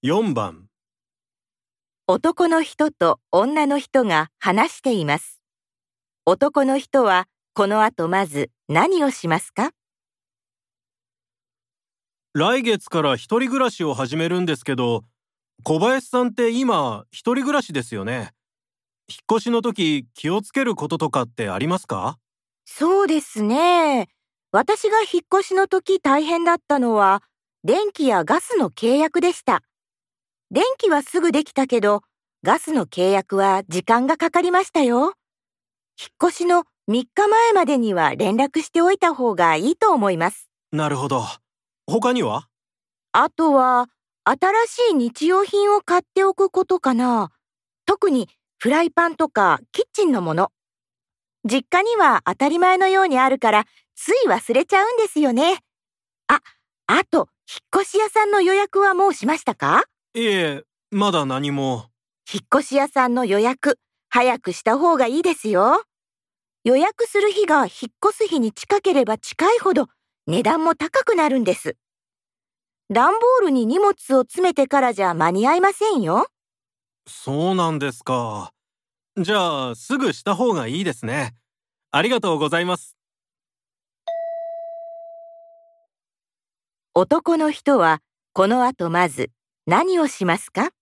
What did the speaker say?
4番、 男の人と女の人が話しています。男の人はこの後まず何をしますか？ 来月から一人暮らしを始めるんですけど、小林さんって今一人暮らしですよね。引っ越しの時気をつけることとかってありますか？ そうですね。私が引っ越しの時大変だったのは、電気やガスの契約でした。電気はすぐできたけど、ガスの契約は時間がかかりましたよ。引っ越しの3日前までには連絡しておいた方がいいと思います。 なるほど。他には？ あとは、新しい日用品を買っておくことかな。特にフライパンとかキッチンのもの。実家には当たり前のようにあるから、つい忘れちゃうんですよね。あ、あと、引っ越し屋さんの予約はもうしましたか？ いえ、まだ何も。 引っ越し屋さんの予約、早くした方がいいですよ。予約する日が引っ越す日に近ければ近いほど値段も高くなるんです。段ボールに荷物を詰めてからじゃ間に合いませんよ。 そうなんですか。じゃあ、すぐした方がいいですね。ありがとうございます。 男の人はこの後まず何をしますか？